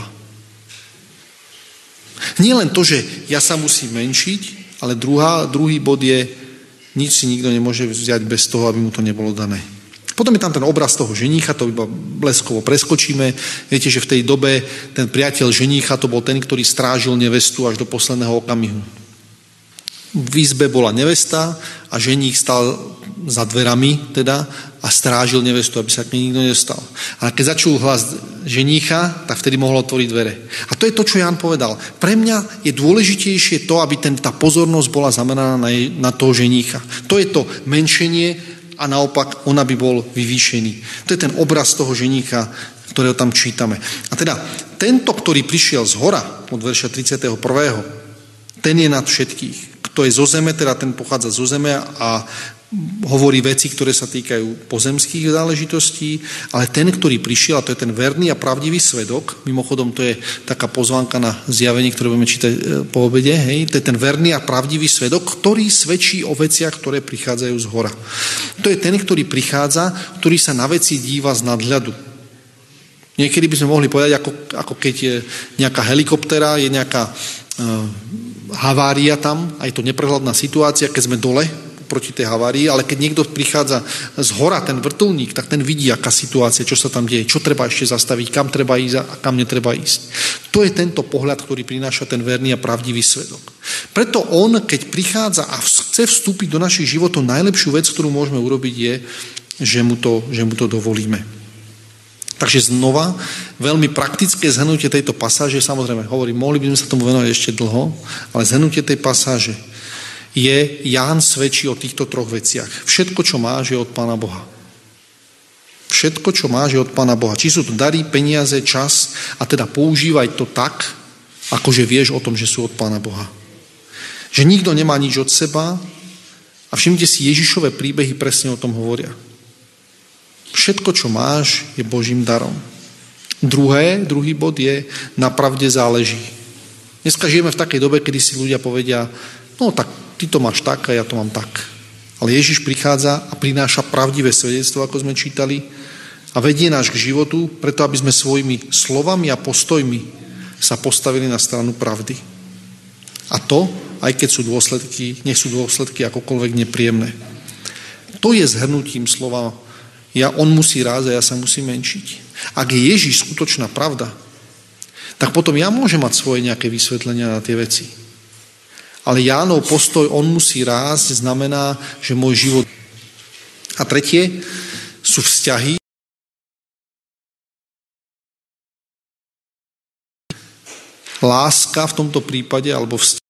Nie len to, že ja sa musím menšiť, ale druhá, druhý bod je, nič si nikto nemôže vziať bez toho, aby mu to nebolo dané. Potom je tam ten obraz toho ženícha, to iba bleskovo preskočíme. Viete, že v tej dobe ten priateľ ženícha to bol ten, ktorý strážil nevestu až do posledného okamihu. V izbe bola nevesta a ženích stal za dverami teda a strážil nevestu, aby sa k nej nikto nestal. Ale keď začul hlas ženícha, tak vtedy mohol otvoriť dvere. A to je to, čo Ján povedal. Pre mňa je dôležitejšie to, aby ten, tá pozornosť bola zameraná na, na toho ženícha. To je to menšenie a naopak on aby bol vyvýšený. To je ten obraz toho ženícha, ktorého tam čítame. A teda tento, ktorý prišiel z hora od verša tridsiateho prvého ten je nad všetkých. Kto je zo zeme, teda ten pochádza zo zeme a hovorí veci, ktoré sa týkajú pozemských záležitostí, ale ten, ktorý prišiel, a to je ten verný a pravdivý svedok, mimochodom to je taká pozvánka na zjavenie, ktoré budeme čítať po obede, hej, to je ten verný a pravdivý svedok, ktorý svedčí o veciach, ktoré prichádzajú z hora. To je ten, ktorý prichádza, ktorý sa na veci díva z nadhľadu. Niekedy by sme mohli povedať, ako, ako keď je nejaká helikoptera, je nejaká uh, havária tam, a je to neprehľadná situácia, keď sme dole proti tej havárii, ale keď niekto prichádza z hora, ten vrtuľník, tak ten vidí, aká situácia, čo sa tam deje, čo treba ešte zastaviť, kam treba ísť a kam netreba ísť. To je tento pohľad, ktorý prináša ten verný a pravdivý svedok. Preto on, keď prichádza a chce vstúpiť do našich životov, najlepšiu vec, ktorú môžeme urobiť, je, že mu to, že mu to dovolíme. Takže znova, veľmi praktické zhrnutie tejto pasáže, samozrejme, hovorím, mohli by sme sa tomu venovať ešte dlho, ale zhrnutie tej pasáže je, Ján svedčí o týchto troch veciach. Všetko, čo máš, je od Pána Boha. Všetko, čo máš, je od Pána Boha. Či sú to dary, peniaze, čas, a teda používaj to tak, akože vieš o tom, že sú od Pána Boha. Že nikto nemá nič od seba a všimnite si, Ježišove príbehy presne o tom hovoria. Všetko, čo máš, je Božím darom. Druhé, druhý bod je, na pravde záleží. Dneska žijeme v takej dobe, kedy si ľudia povedia, no tak ty to máš tak a ja to mám tak. Ale Ježiš prichádza a prináša pravdivé svedectvo, ako sme čítali, a vedie nás k životu, preto aby sme svojimi slovami a postojmi sa postavili na stranu pravdy. A to, aj keď sú dôsledky, nech sú dôsledky akokoľvek nepríjemné. To je zhrnutím slova, ja, on musí rásť a ja sa musím menšiť. Ak je Ježiš skutočná pravda, tak potom ja môžem mať svoje nejaké vysvetlenia na tie veci. Ale Jánov postoj, on musí rásť, znamená, že môj život... A tretie sú vzťahy. Láska v tomto prípade, alebo vzťahy,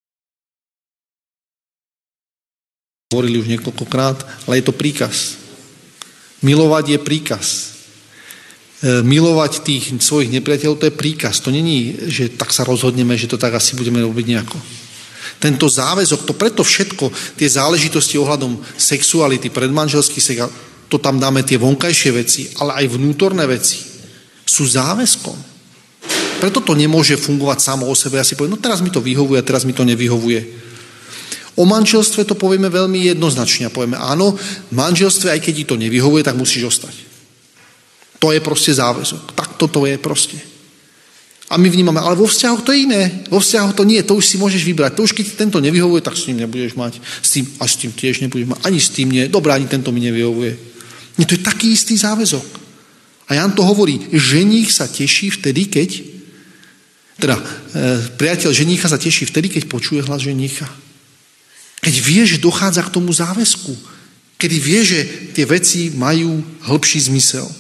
hovorili už niekoľkokrát, ale je to príkaz. Milovať je príkaz. Milovať tých svojich nepriateľov, to je príkaz. To není, že tak sa rozhodneme, že to tak asi budeme robiť nejako. Tento záväzok, to preto všetko, tie záležitosti ohľadom sexuality, predmanželský sex, to tam dáme tie vonkajšie veci, ale aj vnútorné veci, sú záväzkom. Preto to nemôže fungovať samo o sebe. Ja si poviem, no teraz mi to vyhovuje a teraz mi to nevyhovuje. O manželstve to povieme veľmi jednoznačne a povieme, áno, v manželstve, aj keď ti to nevyhovuje, tak musíš ostať. To je proste záväzok. Tak toto je proste. A my vnímame, ale vo vzťahoch to je iné. Vo vzťahoch to nie, to už si môžeš vybrať. To už keď tento nevyhovuje, tak s ním nebudeš mať. S tým, a s tým tiež nebudeš mať. Ani s tým nie. Dobrá, ani tento mi nevyhovuje. Nie, to je taký istý záväzok. A Ján to hovorí, ženích sa teší vtedy, keď teda e, priateľ ženícha sa teší vtedy, keď počuje hlas ženícha. Keď vie, že dochádza k tomu záväzku. Kedy vie, že tie veci majú hĺbší zmysel.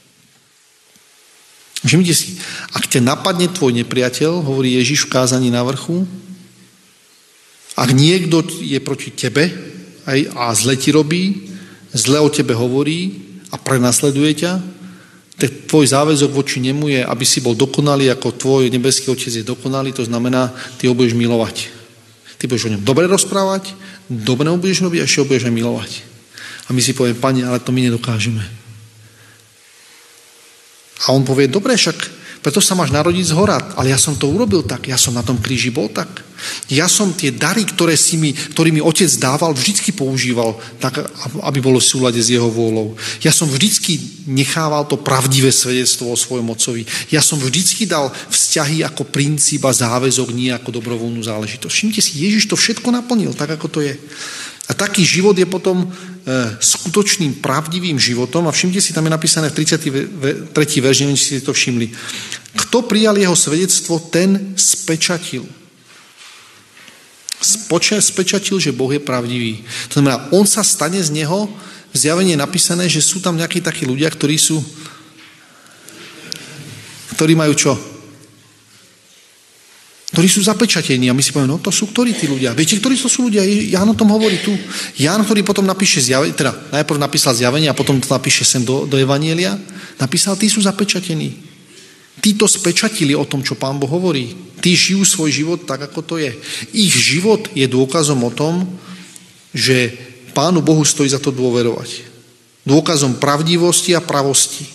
Všimnite si, ak ťa napadne tvoj nepriateľ, hovorí Ježiš v kázaní na vrchu, ak niekto je proti tebe aj, a zle ti robí, zle o tebe hovorí a prenasleduje ťa, tak tvoj záväzok voči nemu je, aby si bol dokonalý, ako tvoj nebeský otec je dokonalý, to znamená, ty ho budeš milovať. Ty budeš o ňom dobre rozprávať, dobre ho budeš robiť a ešte ho budeš aj milovať. A my si povieme, Pane, ale to my nedokážeme. A on povie, dobre, však preto sa máš narodiť zhora, ale ja som to urobil tak, ja som na tom kríži bol tak. Ja som tie dary, ktoré si mi, ktorý mi otec dával, vždycky používal tak, aby bolo v súlade s jeho vôľou. Ja som vždycky nechával to pravdivé svedectvo o svojom otcovi. Ja som vždycky dal vzťahy ako princíp a záväzok, nie ako dobrovoľnú záležitosť. Všimte si, Ježiš to všetko naplnil, tak ako to je. A taký život je potom e, skutočným, pravdivým životom. A všimte si, tam je napísané v tridsiatom treťom verši, neviem, či si to všimli. Kto prijal jeho svedectvo, ten spečatil. Spoča, spečatil, že Boh je pravdivý. To znamená, on sa stane z neho, v zjavení je napísané, že sú tam nejakí takí ľudia, ktorí sú, ktorí majú čo? Ktorí sú zapečatení. A my si povieme, no to sú ktorí tí ľudia? Viete, ktorí to sú ľudia? Ján o tom hovorí tu. Ján, ktorý potom napíše zjavenie, teda najprv napísal zjavenie a potom to napíše sem do, do Evanjelia, napísal, tí sú zapečatení. Tí to spečatili o tom, čo Pán Boh hovorí. Tí žijú svoj život tak, ako to je. Ich život je dôkazom o tom, že Pánu Bohu stojí za to dôverovať. Dôkazom pravdivosti a pravosti.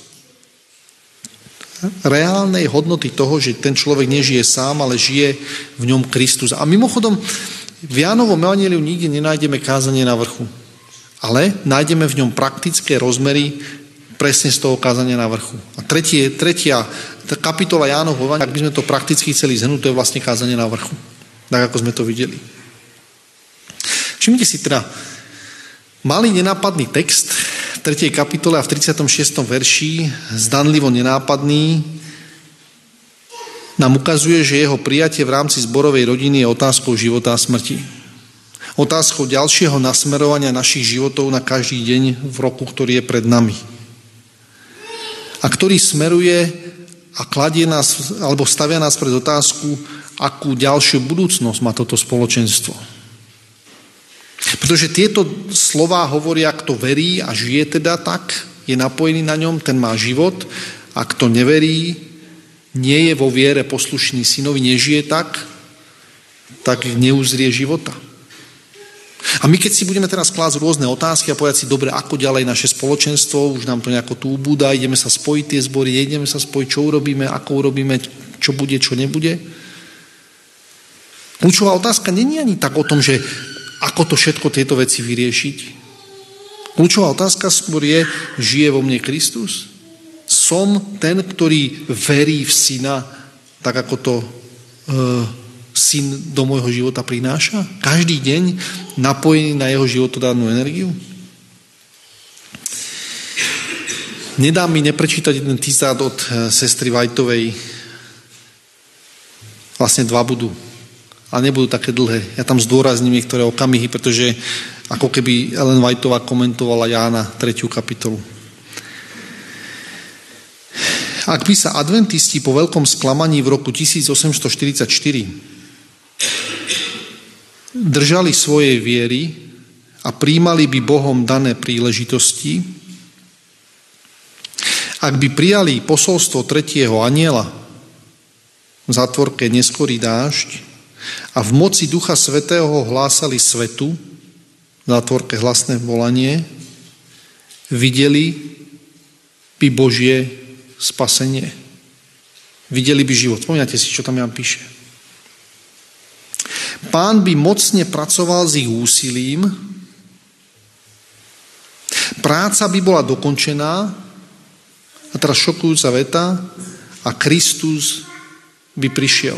Reálnej hodnoty toho, že ten človek nežije sám, ale žije v ňom Kristus. A mimochodom, v Jánovom evanjeliu nikde nenájdeme kázanie na vrchu. Ale nájdeme v ňom praktické rozmery presne z toho kázania na vrchu. A tretie, tretia kapitola Jánovho evanjelia, ak by sme to prakticky chceli zhrnúť, to je vlastne kázanie na vrchu. Tak, ako sme to videli. Všimnite si teda, malý nenápadný text v tretej kapitole a v tridsiatom šiestom verši, zdanlivo nenápadný, nám ukazuje, že jeho prijatie v rámci zborovej rodiny je otázkou života a smrti. Otázkou ďalšieho nasmerovania našich životov na každý deň v roku, ktorý je pred nami. A ktorý smeruje a kladie nás, alebo stavia nás pred otázku, akú ďalšiu budúcnosť má toto spoločenstvo. Pretože tieto slová hovoria, kto verí a žije teda tak, je napojený na ňom, ten má život, a kto neverí, nie je vo viere poslušný synovi, nežije tak, tak neuzrie života. A my keď si budeme teraz klásť rôzne otázky a povedať si, dobre, ako ďalej naše spoločenstvo, už nám to nejako tu ubúda, ideme sa spojiť tie zbory, ideme sa spojiť, čo urobíme, ako urobíme, čo bude, čo nebude. Kľúčová otázka nie je ani tak o tom, že ako to všetko tieto veci vyriešiť. Kľúčová otázka skôr je, žije vo mne Kristus? Som ten, ktorý verí v Syna, tak ako to Syn do môjho života prináša? Každý deň napojený na jeho životodárnu energiu? Nedá mi neprečítať jeden citát od sestry Whiteovej. Vlastne dva budú. Ale nebudú také dlhé. Ja tam zdôrazním niektoré okamihy, pretože ako keby Ellen Whiteová komentovala Jána tretiu kapitolu. Ak by sa adventisti po veľkom sklamaní v roku tisícosemstoštyridsaťštyri držali svojej viery a prijímali by Bohom dané príležitosti, ak by prijali posolstvo tretieho anjela v zátvorke Neskorý dážď a v moci Ducha Svätého hlásali svetu v zátvorke Hlasné volanie, videli by Božie spasenie. Videli by život. Spomínate si, čo tam Ján píše. Pán by mocne pracoval s ich úsilím, práca by bola dokončená, a teraz šokujúca veta, a Kristus by prišiel.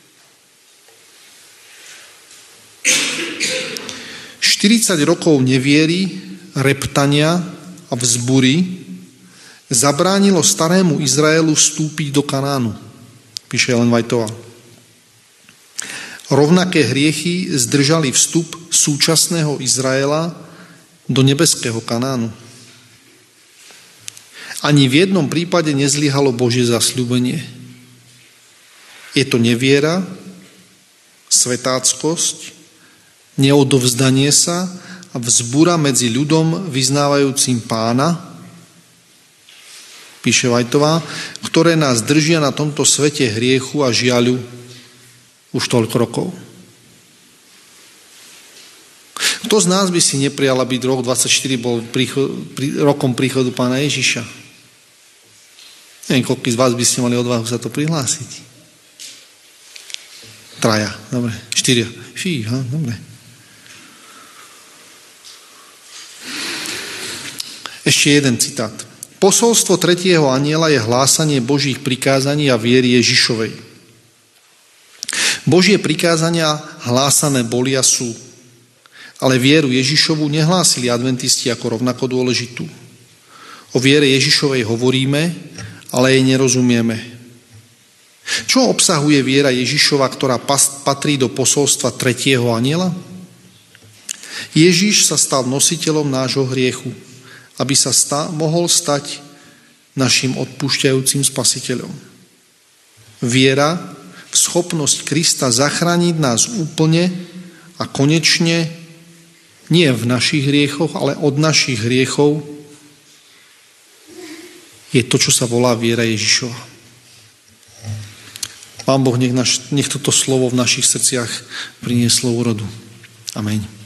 štyridsať rokov neviery, reptania a vzbury zabránilo starému Izraelu vstúpiť do Kanánu, píše Ellen Whiteová. Rovnaké hriechy zdržali vstup súčasného Izraela do nebeského Kanánu. Ani v jednom prípade nezlyhalo Božie zasľúbenie. Je to neviera, svetáckosť, neodovzdanie sa a vzbura medzi ľudom vyznávajúcim Pána, píše Whiteová, ktoré nás držia na tomto svete hriechu a žiaľu už toľko rokov. Kto z nás by si neprijal, aby rok dvadsaťštyri bol príchod, prí, rokom príchodu Pána Ježiša? Neviem, koľko z vás by ste mali odvahu sa to prihlásiť. Traja, dobre. Štyria. Fíha, dobre. Ešte jeden citát. Posolstvo tretieho anjela je hlásanie Božích prikázaní a viery Ježišovej. Božie prikázania hlásané boli a sú, ale vieru Ježišovu nehlásili adventisti ako rovnako dôležitú. O viere Ježišovej hovoríme, ale jej nerozumieme. Čo obsahuje viera Ježišova, ktorá patrí do posolstva tretieho anjela? Ježiš sa stal nositeľom nášho hriechu, aby sa sta- mohol stať našim odpúšťajúcim spasiteľom. Viera v schopnosť Krista zachrániť nás úplne a konečne nie v našich hriechoch, ale od našich hriechov je to, čo sa volá viera Ježišova. Pán Boh, nech, naš, nech toto slovo v našich srdciach prinieslo úrodu. Ameň.